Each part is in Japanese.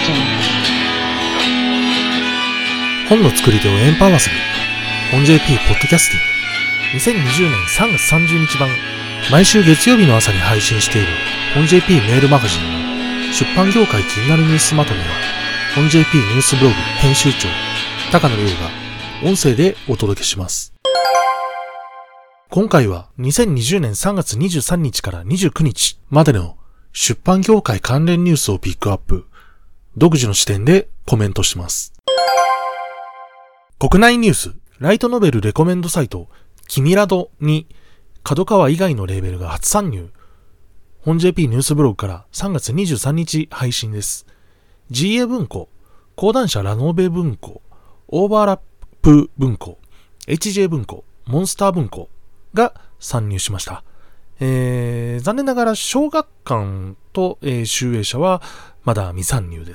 本の作り手をエンパワーする本 JP ポッドキャスティング2020年3月30日版、毎週月曜日の朝に配信している本 JP メールマガジンの出版業界気になるニュースまとめは、本 JP ニュースブログ編集長高野亮が音声でお届けします。今回は2020年3月23日から29日までの出版業界関連ニュースをピックアップ、独自の視点でコメントします。国内ニュース、ライトノベルレコメンドサイト、キミラドに、角川以外のレーベルが初参入。本 JP ニュースブログから3月23日配信です。GA 文庫、講談社ラノベ文庫、オーバーラップ文庫、HJ 文庫、モンスター文庫が参入しました。残念ながら小学館と、集英社はまだ未参入です。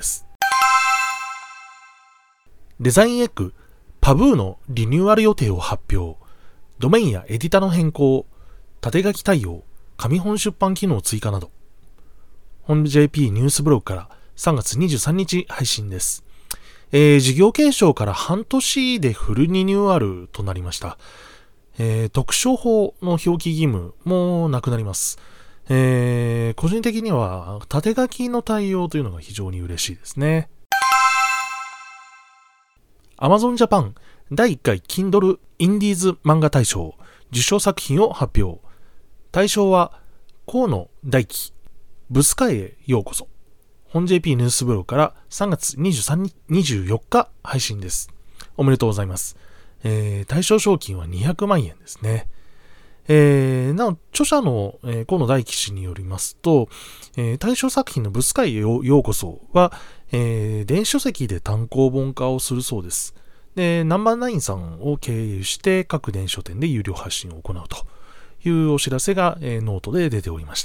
デザインエッグ、パブーのリニューアル予定を発表。ドメインやエディタの変更、縦書き対応、紙本出版機能追加など。本 JP ニュースブログから3月23日配信です。事業継承から半年でフルリニューアルとなりました。特商法の表記義務もなくなります。個人的には縦書きの対応というのが非常に嬉しいですね。Amazon Japan 第1回 Kindle インディーズ漫画大賞受賞作品を発表。大賞は河野大輝、ブスカへようこそ。本 JP ニュースブログから3月24日配信です。おめでとうございます。大賞賞金は200万円ですね。なお著者の、河野大輝氏によりますと、大賞作品のブスカへようこそは、電子書籍で単行本化をするそうです。で、ナンバーナインさんを経由して各電子書店で有料発信を行うというお知らせが、ノートで出ておりました。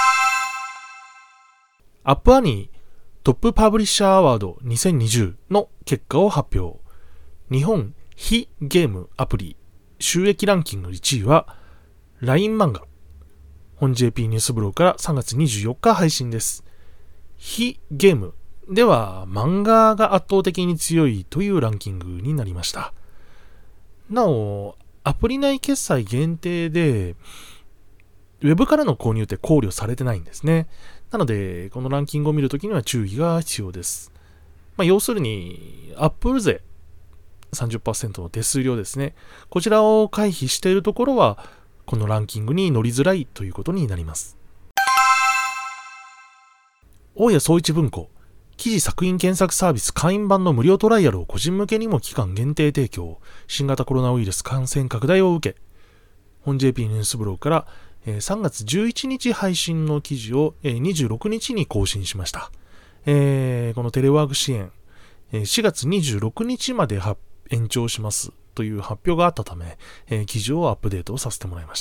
アップアニートップパブリッシャーアワード2020の結果を発表。日本非ゲームアプリ収益ランキング1位は LINE 漫画。本 JP ニュースブログから3月24日配信です。非ゲームでは漫画が圧倒的に強いというランキングになりました。なお、アプリ内決済限定でウェブからの購入って考慮されてないんですね。なので、このランキングを見るときには注意が必要です。要するに、Apple 税 30% の手数料ですね。こちらを回避しているところは、このランキングに乗りづらいということになります。大谷総一文庫、記事作品検索サービス会員版の無料トライアルを個人向けにも期間限定提供。新型コロナウイルス感染拡大を受け。本 JP ニュースブログから3月11日配信の記事を26日に更新しました。このテレワーク支援、4月26日まで延長しますという発表があったため、記事をアップデートさせてもらいました。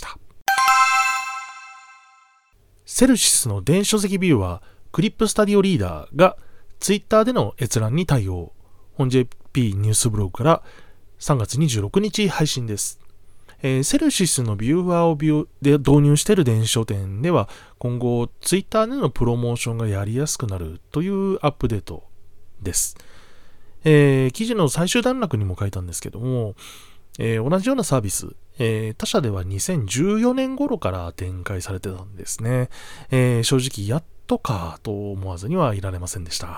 セルシスの電子書籍ビューはクリップスタディオリーダーがツイッターでの閲覧に対応。本 JP ニュースブログから3月26日配信です。セルシスのビューアーをで導入している電子書店では今後ツイッターでのプロモーションがやりやすくなるというアップデートです。記事の最終段落にも書いたんですけども、同じようなサービス、他社では2014年頃から展開されてたんですね。正直やっとかと思わずにはいられませんでした。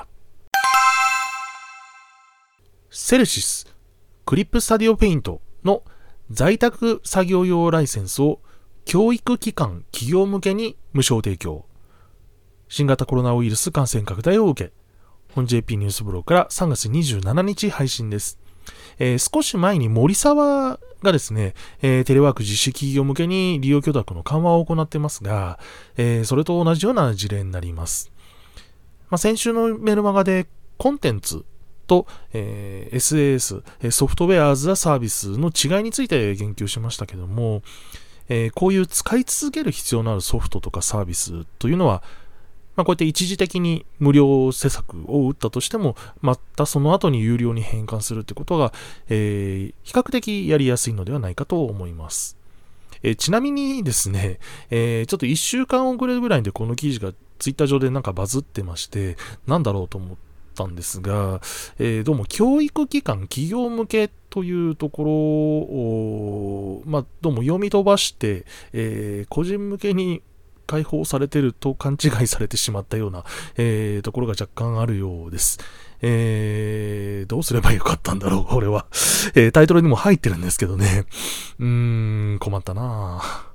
セルシスクリップスタディオペイントの在宅作業用ライセンスを教育機関企業向けに無償提供。新型コロナウイルス感染拡大を受け、本 JP ニュースブログから3月27日配信です。少し前に森沢がですね、テレワーク実施企業向けに利用許諾の緩和を行っていますが、それと同じような事例になります。先週のメルマガでコンテンツと、SAS ソフトウェアアズアサービスの違いについて言及しましたけども、こういう使い続ける必要のあるソフトとかサービスというのは、こうやって一時的に無料施策を打ったとしても、またその後に有料に変換するということが、比較的やりやすいのではないかと思います。ちなみにですね、ちょっと1週間遅れぐらいでこの記事がツイッター上でなんかバズってまして、なんだろうと思っったんですが、どうも教育機関、企業向けというところを、どうも読み飛ばして、個人向けに開放されていると勘違いされてしまったような、ところが若干あるようです。どうすればよかったんだろう、俺は。タイトルにも入ってるんですけどね。困ったなぁ。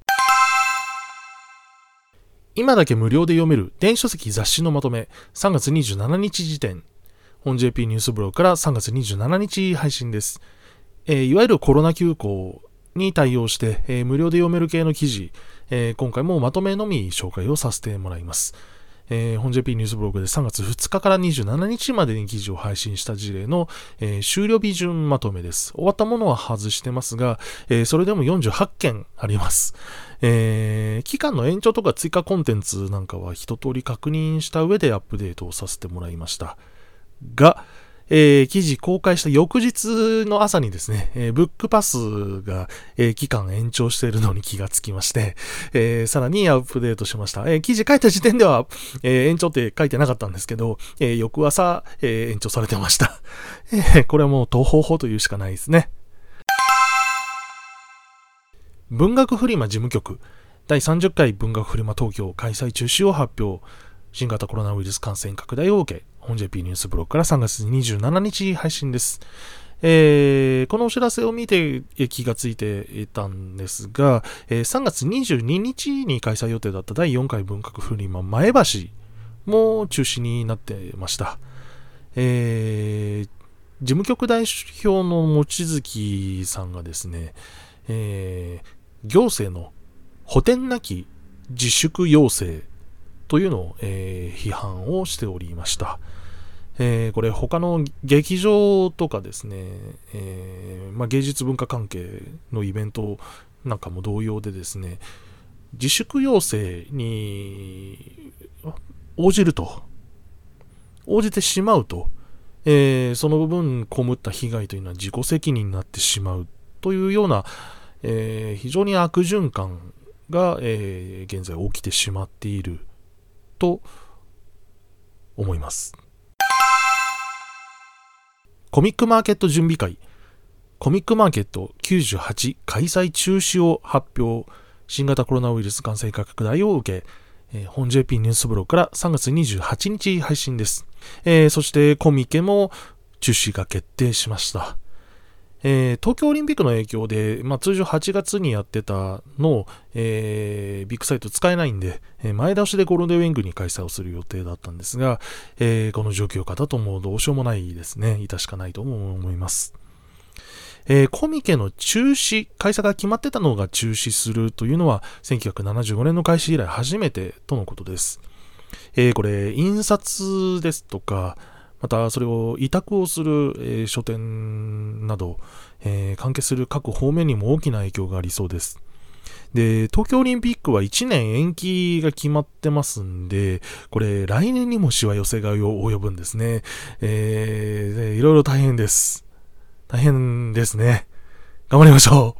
今だけ無料で読める電子書籍雑誌のまとめ、3月27日時点。本 JP ニュースブログから3月27日配信です。いわゆるコロナ休校に対応して、無料で読める系の記事、今回もまとめのみ紹介をさせてもらいます。本 JP ニュースブログで3月2日から27日までに記事を配信した事例の、終了日順まとめです。終わったものは外してますが、それでも48件あります。期間の延長とか追加コンテンツなんかは一通り確認した上でアップデートをさせてもらいましたが、記事公開した翌日の朝にですね、ブックパスが、期間延長しているのに気がつきまして、さらにアップデートしました。記事書いた時点では、延長って書いてなかったんですけど、翌朝、延長されてました。これはもう東方法というしかないですね。文学フリマ事務局第30回文学フリマ東京開催中止を発表。新型コロナウイルス感染拡大を受け、本 JP ニュースブログから3月27日配信です。このお知らせを見て気がついていたんですが、3月22日に開催予定だった第4回文学フリマ前橋も中止になってました。事務局代表の望月さんがですね、行政の補填なき自粛要請というのを、批判をしておりました。これ他の劇場とかですね、芸術文化関係のイベントなんかも同様でですね、自粛要請に応じてしまうと、その分被った被害というのは自己責任になってしまうというような、非常に悪循環が、現在起きてしまっていると思います。コミックマーケット準備会、コミックマーケット98開催中止を発表。新型コロナウイルス感染拡大を受け、本 JP ニュースブログから3月28日配信です。そしてコミケも中止が決定しました。東京オリンピックの影響で、通常8月にやってたのを、ビッグサイト使えないんで、前倒しでゴールデンウィークに開催をする予定だったんですが、この状況下だともうどうしようもないですね。致しかないと思います。コミケの中止、開催が決まってたのが中止するというのは、1975年の開始以来初めてとのことです。これ、印刷ですとか、またそれを委託をする、書店など、関係する各方面にも大きな影響がありそうです。で、東京オリンピックは1年延期が決まってますんで、これ来年にもしわ寄せが及ぶんですね。いろいろ大変です。大変ですね。頑張りましょう。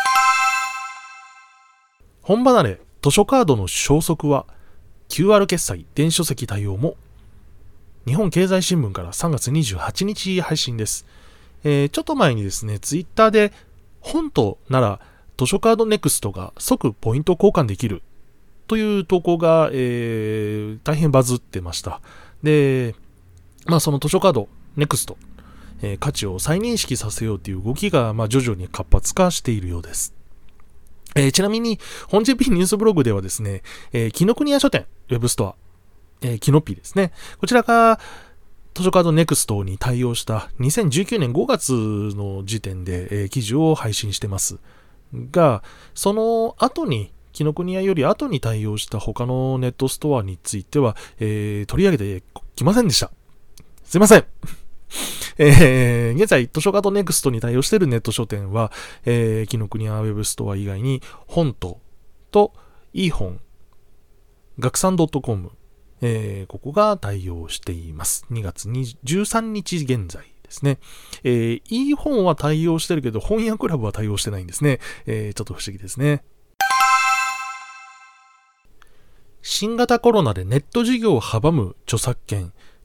本離れ、図書カードの消息は QR 決済、電子書籍対応も。日本経済新聞から3月28日配信です。ちょっと前にですね、ツイッターで本となら図書カードネクストが即ポイント交換できるという投稿が、大変バズってました。で、その図書カードネクスト、価値を再認識させようという動きが、徐々に活発化しているようです。ちなみに本 JP ニュースブログではですね、紀ノ国屋書店ウェブストア、キノピですね。こちらが図書カードネクストに対応した2019年5月の時点で、記事を配信してますが、その後に紀ノ国屋より後に対応した他のネットストアについては、取り上げてきませんでした。すいません。現在図書カードネクストに対応しているネット書店は、紀ノ国屋ウェブストア以外に本と e 本、学産 .com、ここが対応しています。2月13日現在ですね。e 本は対応してるけど本屋クラブは対応してないんですね。ちょっと不思議ですね。新型コロナでネット事業を阻む著作権、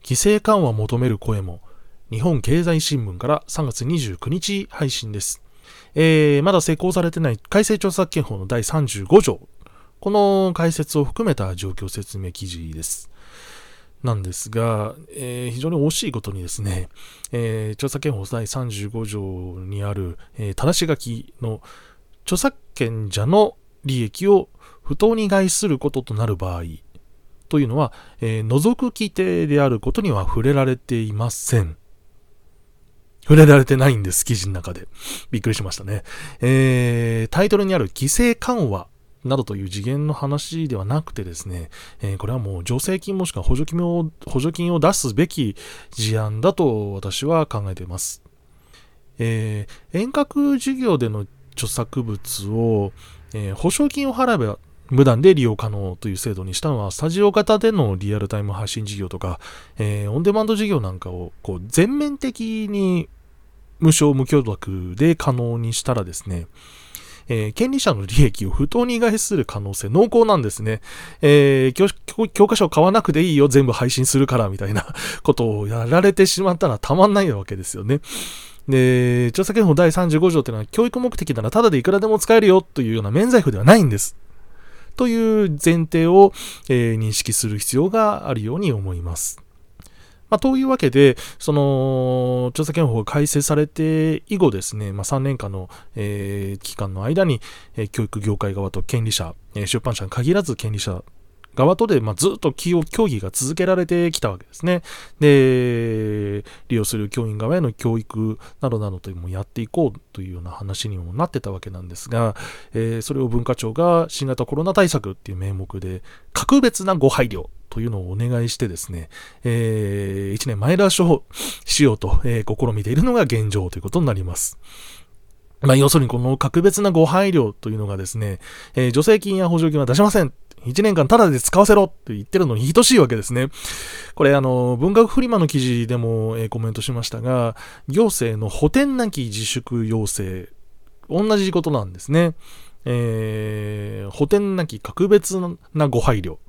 規制緩和を求める声も、日本経済新聞から3月29日配信です。まだ施行されてない改正著作権法の第35条、この解説を含めた状況説明記事です。なんですが、非常に惜しいことにですね、著作権法第35条にある、正し書きの著作権者の利益を不当に害することとなる場合というのは、除く規定であることには触れられていません。触れられてないんです、記事の中で。びっくりしましたね。タイトルにある規制緩和などという次元の話ではなくてですね、これはもう助成金もしくは補助金を出すべき事案だと私は考えています。遠隔授業での著作物を、保証金を払えば無断で利用可能という制度にしたのは、スタジオ型でのリアルタイム配信事業とか、オンデマンド事業なんかをこう全面的に無償無許諾で可能にしたらですね、権利者の利益を不当に害する可能性濃厚なんですね。教科書を買わなくていいよ、全部配信するからみたいなことをやられてしまったらたまんないわけですよね。で、著作権法第35条というのは教育目的ならただでいくらでも使えるよというような免罪符ではないんです。という前提を、認識する必要があるように思います。というわけで、その著作権法が改正されて以後ですね、3年間の、期間の間に、教育業界側と権利者、出版社に限らず権利者側とで、ずっと協議が続けられてきたわけですね。で、利用する教員側への教育などなどというのもやっていこうというような話にもなってたわけなんですが、それを文化庁が新型コロナ対策っていう名目で格別なご配慮というのをお願いしてですね、1年前倒しをしようと、試みているのが現状ということになります。要するにこの格別なご配慮というのがですね、助成金や補助金は出しません。1年間タダで使わせろって言ってるのに等しいわけですね。これ文学フリマの記事でも、コメントしましたが、行政の補填なき自粛要請、同じことなんですね。補填なき格別なご配慮。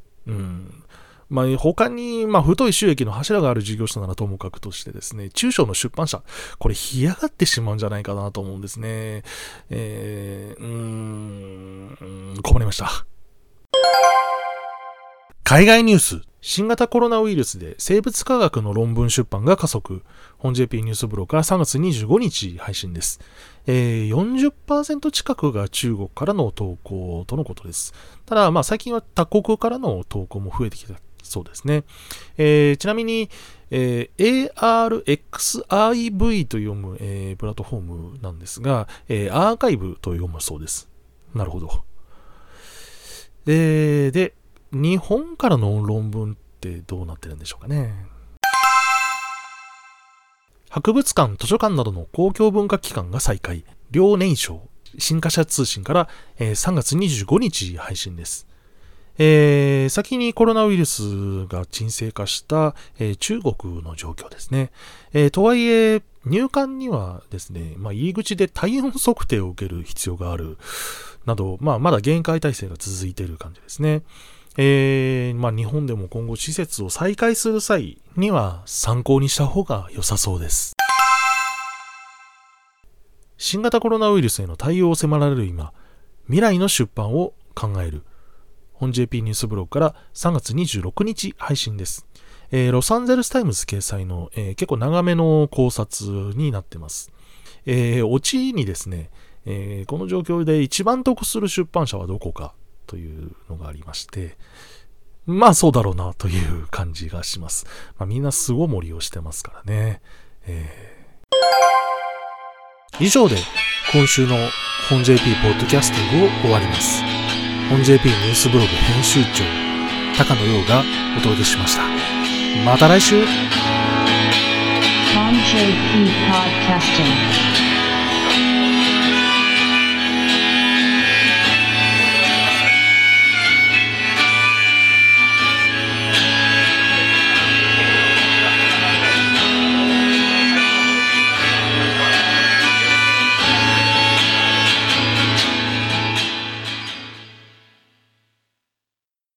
他に、太い収益の柱がある事業者ならともかくとしてですね、中小の出版社、これ干上がってしまうんじゃないかなと思うんですね。困りました。海外ニュース。新型コロナウイルスで生物科学の論文出版が加速。本 JP ニュースブログから3月25日配信です。40% 近くが中国からの投稿とのことです。ただ、最近は他国からの投稿も増えてきたそうですね。ちなみに、ARXIV と読む、プラットフォームなんですが、アーカイブと読むそうです。なるほど。で、日本からの論文ってどうなってるんでしょうかね。博物館、図書館などの公共文化機関が再開。遼寧省新華社通信から、3月25日配信です。先にコロナウイルスが沈静化した、中国の状況ですね。とはいえ、入館にはですね、入り口で体温測定を受ける必要があるなど、まだ厳戒態勢が続いている感じですね。日本でも今後施設を再開する際には参考にした方が良さそうです。新型コロナウイルスへの対応を迫られる今、未来の出版を考える。本 JP ニュースブログから3月26日配信です。ロサンゼルスタイムズ掲載の、結構長めの考察になっています。オチにですね、この状況で一番得する出版社はどこかというのがありまして、そうだろうなという感じがします。みんな巣ごもりをしてますからね。以上で今週の本 JP ポッドキャスティングを終わります。本 JP ニュースブログ編集長高野陽がお届けしました。また来週。 本 JP Podcasting